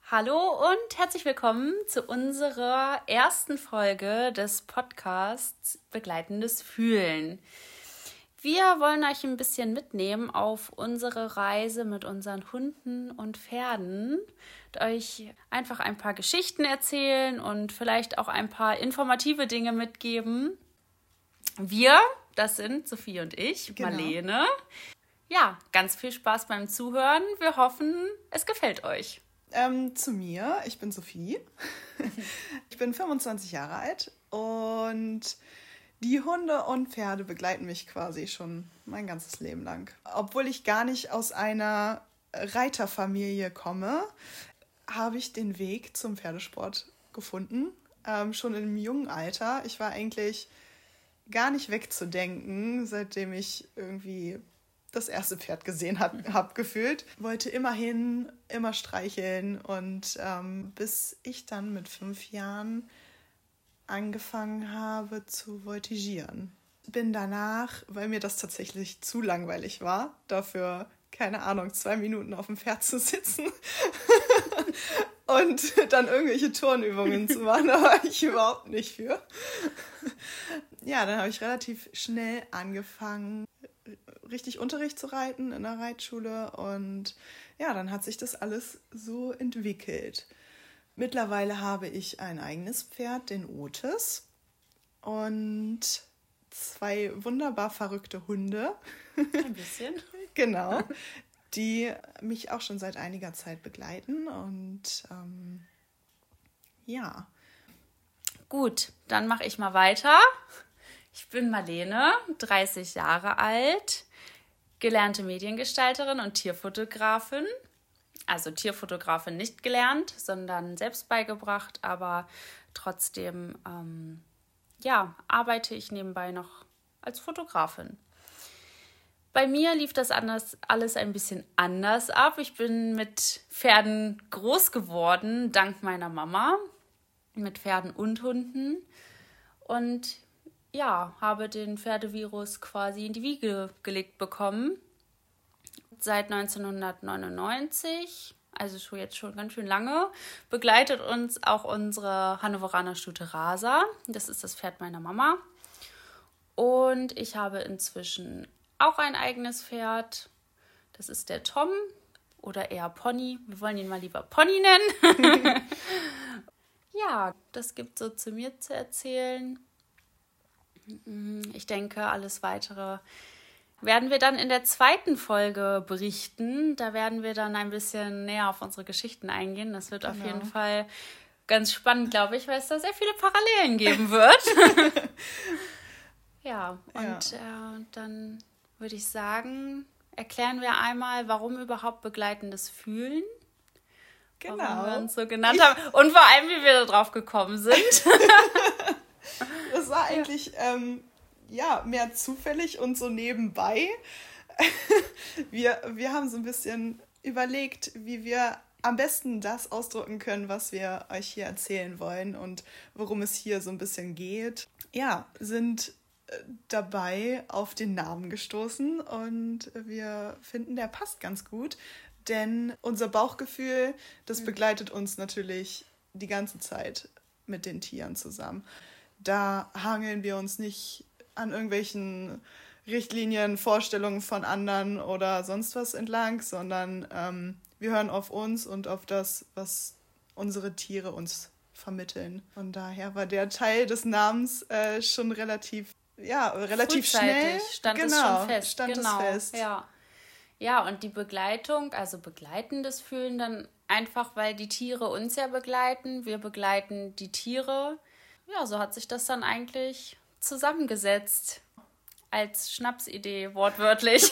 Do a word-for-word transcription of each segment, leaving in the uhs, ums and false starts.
Hallo und herzlich willkommen zu unserer ersten Folge des Podcasts Begleitendes Fühlen. Wir wollen euch ein bisschen mitnehmen auf unsere Reise mit unseren Hunden und Pferden und euch einfach ein paar Geschichten erzählen und vielleicht auch ein paar informative Dinge mitgeben. Wir, das sind Sophie und ich, genau. Marlene. Ja, ganz viel Spaß beim Zuhören. Wir hoffen, es gefällt euch. Ähm, zu mir, ich bin Sophie, ich bin fünfundzwanzig Jahre alt und die Hunde und Pferde begleiten mich quasi schon mein ganzes Leben lang. Obwohl ich gar nicht aus einer Reiterfamilie komme, habe ich den Weg zum Pferdesport gefunden, ähm, schon im jungen Alter. Ich war eigentlich gar nicht wegzudenken, seitdem ich irgendwie das erste Pferd gesehen habe, hab gefühlt. Wollte immer hin, immer streicheln und ähm, bis ich dann mit fünf Jahren angefangen habe zu voltigieren. Bin danach, weil mir das tatsächlich zu langweilig war, dafür, keine Ahnung, zwei Minuten auf dem Pferd zu sitzen und dann irgendwelche Turnübungen zu machen, da war ich überhaupt nicht für. Ja, dann habe ich relativ schnell angefangen, richtig Unterricht zu reiten in der Reitschule und ja, dann hat sich das alles so entwickelt. Mittlerweile habe ich ein eigenes Pferd, den Otis, und zwei wunderbar verrückte Hunde. Ein bisschen. Genau, die mich auch schon seit einiger Zeit begleiten und ähm, ja. Gut, dann mache ich mal weiter. Ich bin Marlene, dreißig Jahre alt, gelernte Mediengestalterin und Tierfotografin. Also Tierfotografin nicht gelernt, sondern selbst beigebracht, aber trotzdem ähm, ja, arbeite ich nebenbei noch als Fotografin. Bei mir lief das anders, alles ein bisschen anders ab. Ich bin mit Pferden groß geworden, dank meiner Mama, mit Pferden und Hunden. Und ja, habe den Pferdevirus quasi in die Wiege gelegt bekommen. Seit neunzehnhundertneunundneunzig, also schon jetzt schon ganz schön lange, begleitet uns auch unsere Hannoveraner Stute Rasa. Das ist das Pferd meiner Mama. Und ich habe inzwischen auch ein eigenes Pferd. Das ist der Tom oder eher Pony. Wir wollen ihn mal lieber Pony nennen. Ja, das gibt so zu mir zu erzählen. Ich denke, alles Weitere werden wir dann in der zweiten Folge berichten. Da werden wir dann ein bisschen näher auf unsere Geschichten eingehen. Das wird genau. Auf jeden Fall ganz spannend, glaube ich, weil es da sehr viele Parallelen geben wird. Ja, und ja. Äh, dann würde ich sagen, erklären wir einmal, warum überhaupt begleitendes Fühlen. Genau. Warum wir uns so genannt haben und vor allem, wie wir da drauf gekommen sind. Das war eigentlich ja. Ähm, ja, mehr zufällig und so nebenbei. Wir, wir haben so ein bisschen überlegt, wie wir am besten das ausdrücken können, was wir euch hier erzählen wollen und worum es hier so ein bisschen geht. Ja, sind dabei auf den Namen gestoßen und wir finden, der passt ganz gut, denn unser Bauchgefühl, das begleitet uns natürlich die ganze Zeit mit den Tieren zusammen. Da hangeln wir uns nicht an irgendwelchen Richtlinien, Vorstellungen von anderen oder sonst was entlang, sondern ähm, wir hören auf uns und auf das, was unsere Tiere uns vermitteln. Von daher war der Teil des Namens äh, schon relativ, ja, relativ schnell. Stand genau, es schon fest. Stand genau, es fest. Ja. ja, und die Begleitung, also begleitendes Fühlen dann einfach, weil die Tiere uns ja begleiten. Wir begleiten die Tiere. Ja, so hat sich das dann eigentlich zusammengesetzt. Als Schnapsidee, wortwörtlich.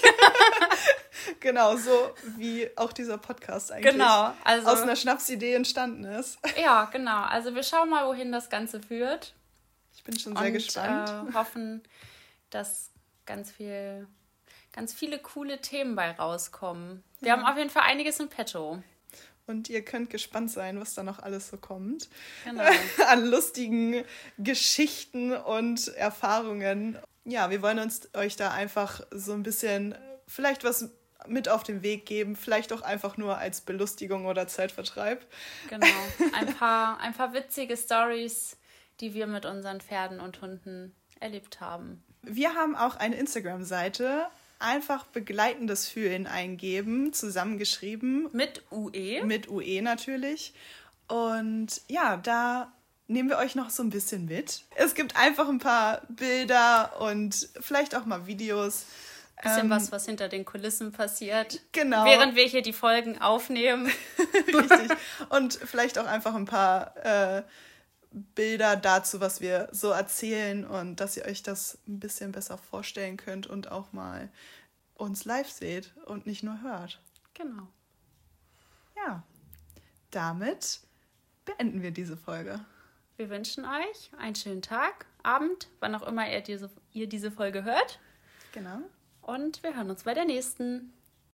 Genau, so wie auch dieser Podcast eigentlich genau, also, aus einer Schnapsidee entstanden ist. Ja, genau. Also wir schauen mal, wohin das Ganze führt. Ich bin schon sehr und, gespannt. Und äh, hoffen, dass ganz viel, ganz viele coole Themen bei rauskommen. Wir ja. haben auf jeden Fall einiges im Petto. Und ihr könnt gespannt sein, was da noch alles so kommt. Genau. An lustigen Geschichten und Erfahrungen. Ja, wir wollen uns euch da einfach so ein bisschen vielleicht was mit auf den Weg geben. Vielleicht auch einfach nur als Belustigung oder Zeitvertreib. Genau, ein paar, ein paar witzige Storys, die wir mit unseren Pferden und Hunden erlebt haben. Wir haben auch eine Instagram-Seite. Einfach begleitendes Fühlen eingeben, zusammengeschrieben. Mit U E. Mit U E natürlich. Und ja, da nehmen wir euch noch so ein bisschen mit. Es gibt einfach ein paar Bilder und vielleicht auch mal Videos. Bisschen ähm, was, was hinter den Kulissen passiert. Genau. Während wir hier die Folgen aufnehmen. Richtig. Und vielleicht auch einfach ein paar äh, Bilder dazu, was wir so erzählen und dass ihr euch das ein bisschen besser vorstellen könnt und auch mal uns live seht und nicht nur hört. Genau. Ja, damit beenden wir diese Folge. Wir wünschen euch einen schönen Tag, Abend, wann auch immer ihr diese, ihr diese Folge hört. Genau. Und wir hören uns bei der nächsten.